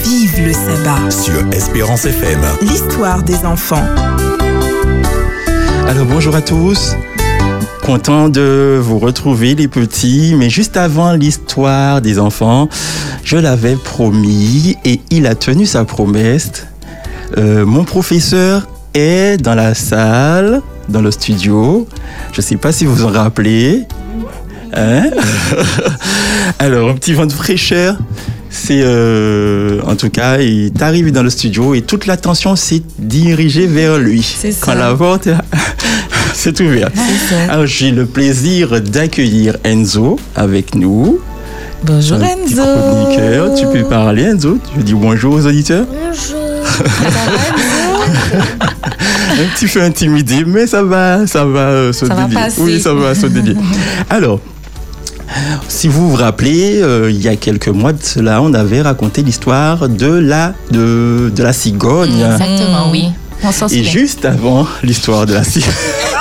Vive le sabbat sur Espérance FM. L'histoire des enfants. Alors bonjour à tous. Content de vous retrouver les petits, mais juste avant l'histoire des enfants, je l'avais promis et il a tenu sa promesse. Mon professeur est dans la salle, dans le studio. Je ne sais pas si vous vous en rappelez. Hein? Alors, un petit vent de fraîcheur. C'est, en tout cas, il est arrivé dans le studio et toute l'attention s'est dirigée vers lui. C'est ça. Quand la porte s'est ouverte. Alors, j'ai le plaisir d'accueillir Enzo avec nous. Bonjour Un petit Enzo. chroniqueur. Tu peux parler, Enzo? Tu dis bonjour aux auditeurs? Bonjour. Un petit peu intimidé, mais ça va se va délier. passer. Oui, ça va se délier. Alors, si vous vous rappelez, il y a quelques mois de cela, on avait raconté l'histoire de la cigogne. Exactement, oui. On s'en Et souvient. juste avant l'histoire de la cigogne,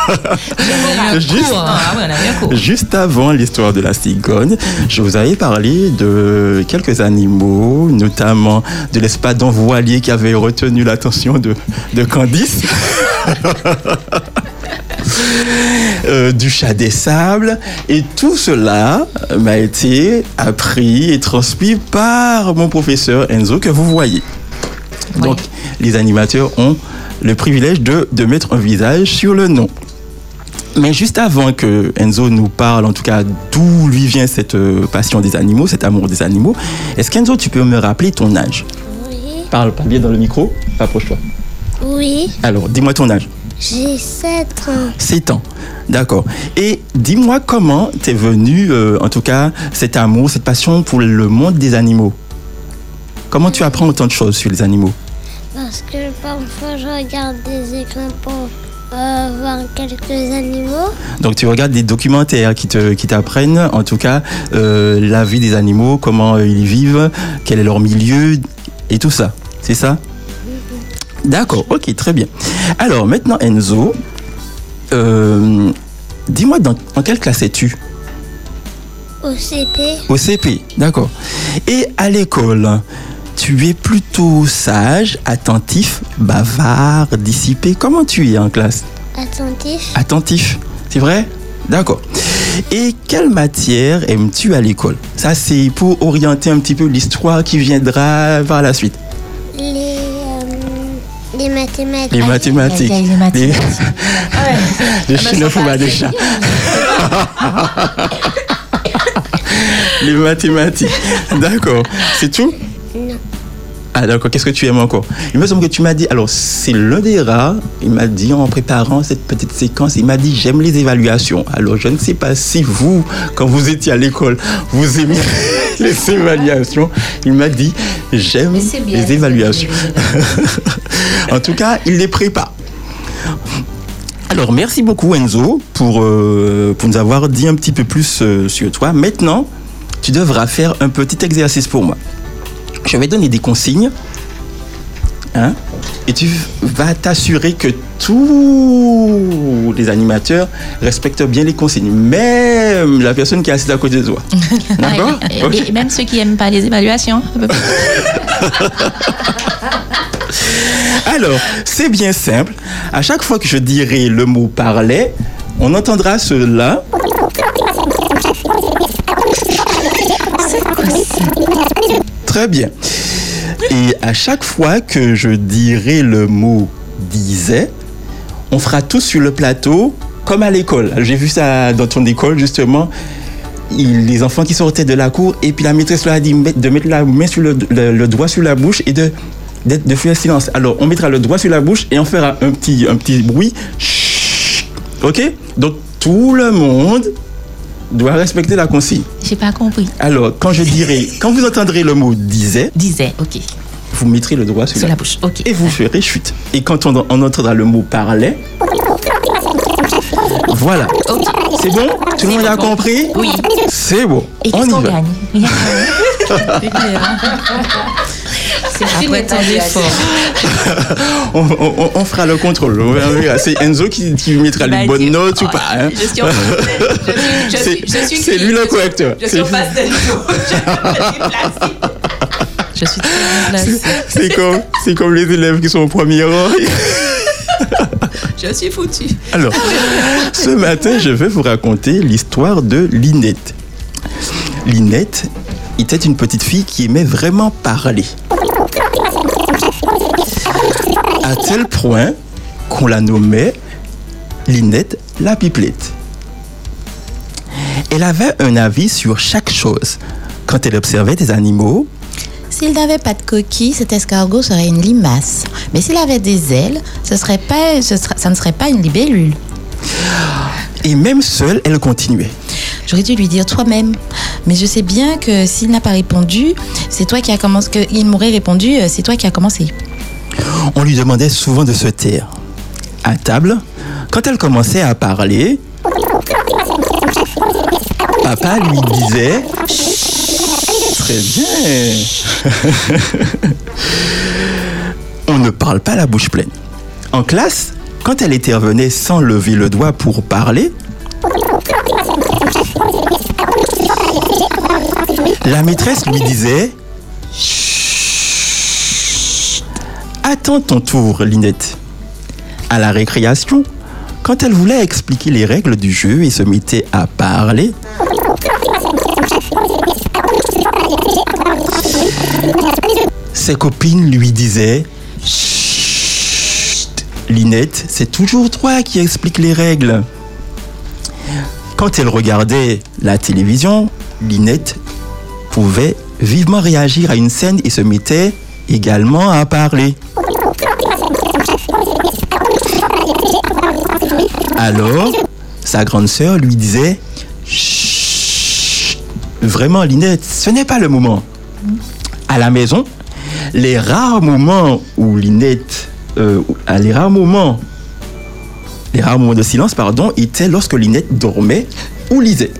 juste avant l'histoire de la cigogne, je vous avais parlé de quelques animaux, notamment de l'espadon voilier qui avait retenu l'attention de Candice. Du chat des sables, et tout cela m'a été appris et transmis par mon professeur Enzo que vous voyez. Oui. Donc les animateurs ont le privilège de mettre un visage sur le nom. Mais juste avant que Enzo nous parle, en tout cas, d'où lui vient cette passion des animaux, cet amour des animaux, est-ce qu'Enzo, tu peux me rappeler ton âge? Oui. Parle pas bien dans le micro, approche-toi. Oui. Alors, dis-moi ton âge. J'ai 7 ans. 7 ans, d'accord. Et dis-moi comment t'es venu, en tout cas, cet amour, cette passion pour le monde des animaux. Comment tu apprends autant de choses sur les animaux? Parce que parfois je regarde des écrans pour voir quelques animaux. Donc tu regardes des documentaires qui t'apprennent, en tout cas, la vie des animaux, comment ils vivent, quel est leur milieu et tout ça. C'est ça? D'accord, ok, très bien. Alors maintenant Enzo, dis-moi en quelle classe es-tu? Au CP, Au CP, d'accord. Et à l'école, tu es plutôt sage, attentif, bavard, dissipé. Comment tu es en classe? attentif, Attentif, c'est vrai? D'accord. Et quelle matière aimes-tu à l'école? Ça, c'est pour orienter un petit peu l'histoire qui viendra par la suite. les mathématiques. Les mathématiques. Les mathématiques. Les chinois des chats. Les mathématiques. D'accord. C'est tout? Non. Ah d'accord, qu'est-ce que tu aimes encore? Il me semble que tu m'as dit, alors c'est l'un des rares, il m'a dit en préparant cette petite séquence, il m'a dit j'aime les évaluations. Alors je ne sais pas si vous, quand vous étiez à l'école, vous aimez les évaluations. Il m'a dit j'aime les évaluations. En tout cas, il les prépare. Alors merci beaucoup Enzo pour nous avoir dit un petit peu plus sur toi. Maintenant, tu devras faire un petit exercice pour moi. Je vais donner des consignes, hein, et tu vas t'assurer que tous les animateurs respectent bien les consignes, même la personne qui est assise à côté de toi. D'accord? Et même ceux qui n'aiment pas les évaluations. Alors, c'est bien simple. À chaque fois que je dirai le mot parler, on entendra cela. Très bien. Et à chaque fois que je dirai le mot disait, on fera tous sur le plateau comme à l'école. J'ai vu ça dans ton école justement. Les enfants qui sortaient de la cour et puis la maîtresse leur a dit de mettre la main sur le doigt sur la bouche et de faire silence. Alors on mettra le doigt sur la bouche et on fera un petit bruit. Chut. Ok? Donc tout le monde doit respecter la consigne. J'ai pas compris. Alors, quand vous entendrez le mot disait, Ok. vous mettrez le doigt sur Sur la bouche. Ok. et vous ferez chute. Et quand on entendra le mot parlait, voilà. Ok. C'est bon? Tout le monde a compris? Oui. C'est bon. Et On qu'est-ce y qu'on va. gagne? Après tant d'efforts. On fera le contrôle. On verra. C'est Enzo qui mettra les bonnes notes ou pas. Hein. Je suis C'est lui le correcteur. Je suis en face d'Enzo. Je me déplace. Je suis très bien placée. C'est comme les élèves qui sont au premier rang. Je suis foutue. Alors, ce matin, je vais vous raconter l'histoire de Linette. Linette était une petite fille qui aimait vraiment parler. À tel point qu'on la nommait Linette la pipelette. Elle avait un avis sur chaque chose. Quand elle observait des animaux, S'il n'avait pas de coquille, cet escargot serait une limace. Mais s'il avait des ailes, ça ne serait pas une libellule. et même seule, elle continuait. J'aurais dû lui dire toi-même. Mais je sais bien que s'il n'a pas répondu, c'est toi qui as commencé. Il m'aurait répondu, c'est toi qui as commencé. On lui demandait souvent de se taire. À table, quand elle commençait à parler, papa lui disait « Très bien. On ne parle pas la bouche pleine. » En classe, quand elle intervenait sans lever le doigt pour parler, la maîtresse lui disait « Chut, attends ton tour, Linette. » À la récréation, quand elle voulait expliquer les règles du jeu et se mettait à parler, ses copines lui disaient « Chut, Linette, c'est toujours toi qui expliques les règles. » Quand elle regardait la télévision, Linette pouvait vivement réagir à une scène et se mettait également à parler. Alors, sa grande sœur lui disait « Chut, vraiment Linette, ce n'est pas le moment. » À la maison, les rares moments où Linette, les rares moments de silence, étaient lorsque Linette dormait ou lisait.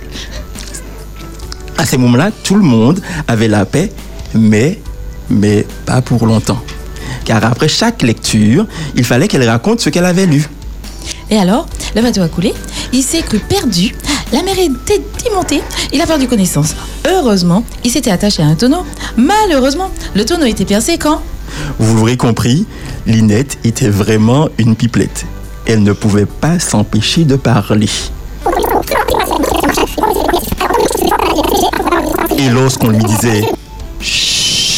À ces moments-là, tout le monde avait la paix, mais pas pour longtemps. Car après chaque lecture, il fallait qu'elle raconte ce qu'elle avait lu. Et alors, le bateau a coulé, il s'est cru perdu, la mer était démontée, il a perdu connaissance. Heureusement, il s'était attaché à un tonneau. Malheureusement, le tonneau était percé quand... Vous l'aurez compris, Linette était vraiment une pipelette. Elle ne pouvait pas s'empêcher de parler. Et lorsqu'on lui disait « Chut »,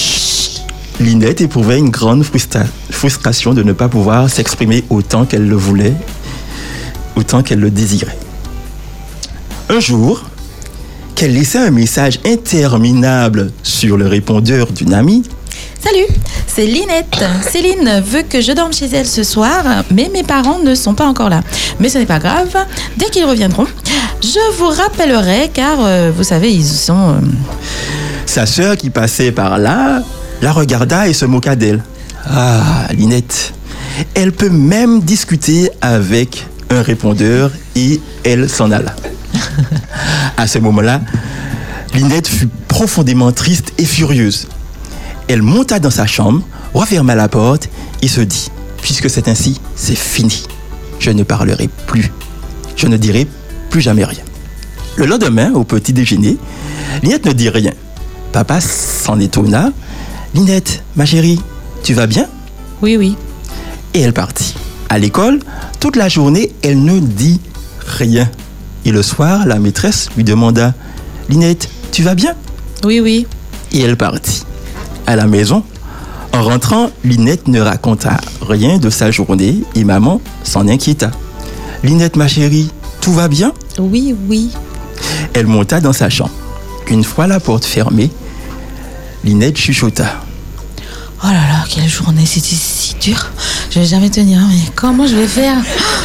Linette éprouvait une grande frustration de ne pas pouvoir s'exprimer autant qu'elle le voulait, autant qu'elle le désirait. Un jour, qu'elle laissait un message interminable sur le répondeur d'une amie. Salut, c'est Linette. Céline veut que je dorme chez elle ce soir, mais mes parents ne sont pas encore là. Mais ce n'est pas grave, dès qu'ils reviendront, je vous rappellerai car, vous savez, ils sont... Sa sœur qui passait par là, la regarda et se moqua d'elle. Ah, Linette, elle peut même discuter avec un répondeur et elle s'en alla. À ce moment-là, Linette fut profondément triste et furieuse. Elle monta dans sa chambre, referma la porte et se dit « Puisque c'est ainsi, c'est fini. Je ne parlerai plus. Je ne dirai plus jamais rien. » Le lendemain, au petit déjeuner, Linette ne dit rien. Papa s'en étonna. « Linette, ma chérie, tu vas bien ?» Oui, oui. Et elle partit. À l'école, toute la journée, elle ne dit rien. Et le soir, la maîtresse lui demanda « Linette, tu vas bien ?» Oui, oui. Et elle partit. À la maison, en rentrant, Linette ne raconta rien de sa journée et maman s'en inquiéta. « Linette, ma chérie, tout va bien ?» Oui, oui. Elle monta dans sa chambre. Une fois la porte fermée, Linette chuchota. Oh là là, quelle journée, c'était si dur. Je vais jamais tenir, mais comment je vais faire?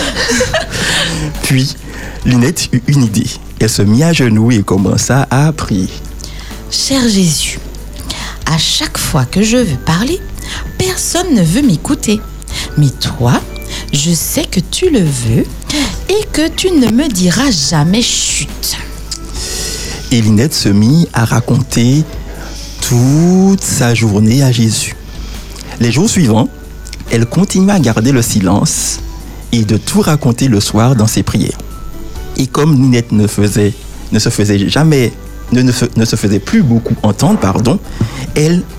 Puis, Linette eut une idée. Elle se mit à genoux et commença à prier. Cher Jésus, à chaque fois que je veux parler, personne ne veut m'écouter. Mais toi, je sais que tu le veux et que tu ne me diras jamais chut. Et Linette se mit à raconter toute sa journée à Jésus. Les jours suivants, elle continua à garder le silence et de tout raconter le soir dans ses prières. Et comme Linette ne se faisait plus beaucoup entendre, elle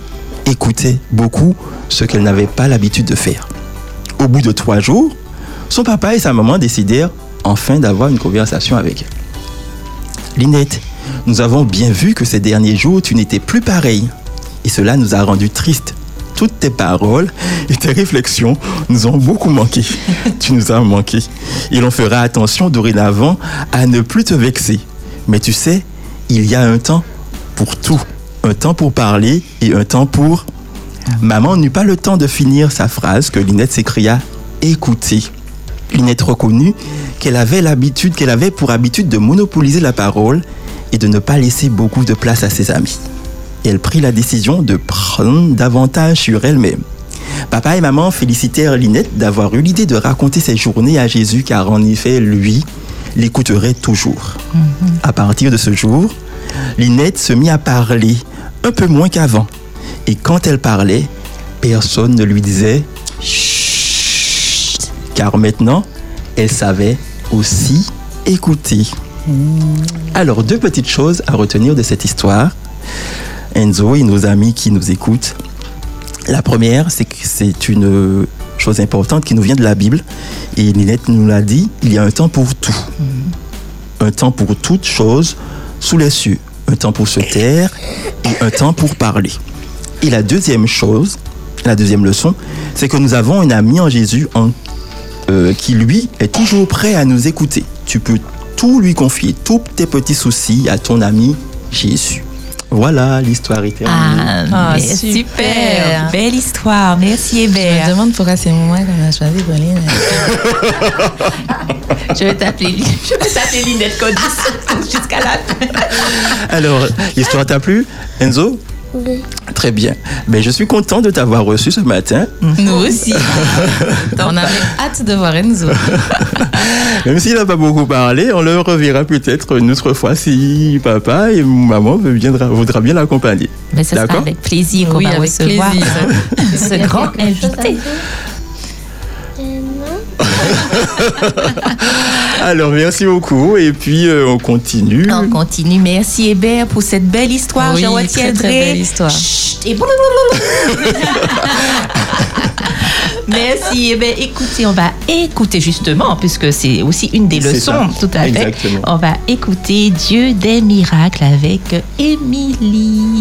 écoutait beaucoup, ce qu'elle n'avait pas l'habitude de faire. Au bout de 3 jours, son papa et sa maman décidèrent enfin d'avoir une conversation avec elle. Lynette, nous avons bien vu que ces derniers jours, tu n'étais plus pareille. Et cela nous a rendus tristes. Toutes tes paroles et tes réflexions nous ont beaucoup manqué. Tu nous as manqué. Et l'on fera attention dorénavant à ne plus te vexer. Mais tu sais, il y a un temps pour tout. Un temps pour parler et un temps pour... Maman n'eut pas le temps de finir sa phrase que Lynette s'écria « Écoutez ». Lynette reconnut qu'elle avait pour habitude de monopoliser la parole et de ne pas laisser beaucoup de place à ses amis. Et elle prit la décision de prendre davantage sur elle-même. Papa et maman félicitèrent Lynette d'avoir eu l'idée de raconter ses journées à Jésus car en effet, lui, l'écouterait toujours. À partir de ce jour, Lynette se mit à parler un peu moins qu'avant. Et quand elle parlait, personne ne lui disait « Chut !» car maintenant, elle savait aussi écouter. Alors, 2 petites choses à retenir de cette histoire. Enzo et nos amis qui nous écoutent. La première, c'est que c'est une chose importante qui nous vient de la Bible. Et Lynette nous l'a dit, il y a un temps pour tout. Un temps pour toute chose sous les cieux. Un temps pour se taire et un temps pour parler. Et la deuxième leçon, c'est que nous avons un ami en Jésus qui, lui, est toujours prêt à nous écouter. Tu peux tout lui confier, tous tes petits soucis à ton ami Jésus. Voilà, l'histoire est terminée. Super. Belle histoire. Merci, Hébert. Je me demande pourquoi c'est moi qu'on a choisi pour Lynette. Je vais t'appeler Lynette Codis jusqu'à la fin. Alors, l'histoire t'a plu, Enzo? Oui. Très bien. Ben, je suis content de t'avoir reçu ce matin. Nous aussi. On avait hâte de voir Enzo. Même s'il n'a pas beaucoup parlé, on le reverra peut-être une autre fois si papa et maman voudra bien l'accompagner. Mais ce sera D'accord? avec plaisir qu'on va avec recevoir plaisir. ce grand invité. Non. Alors, merci beaucoup. Et puis, on continue. On continue. Merci, Hébert, pour cette belle histoire. Oui, Je très, retiendrai. très belle histoire. Chut, et Merci. Eh bien, écoutez, on va écouter justement, puisque c'est aussi une des C'est leçons. ça. Tout à fait. Exactement. On va écouter Dieu des miracles avec Émilie.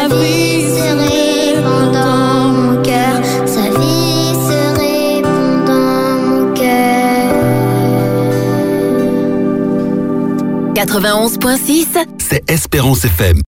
vie se répand dans mon cœur. Sa vie se répand dans mon cœur. 91.6, c'est Espérance FM.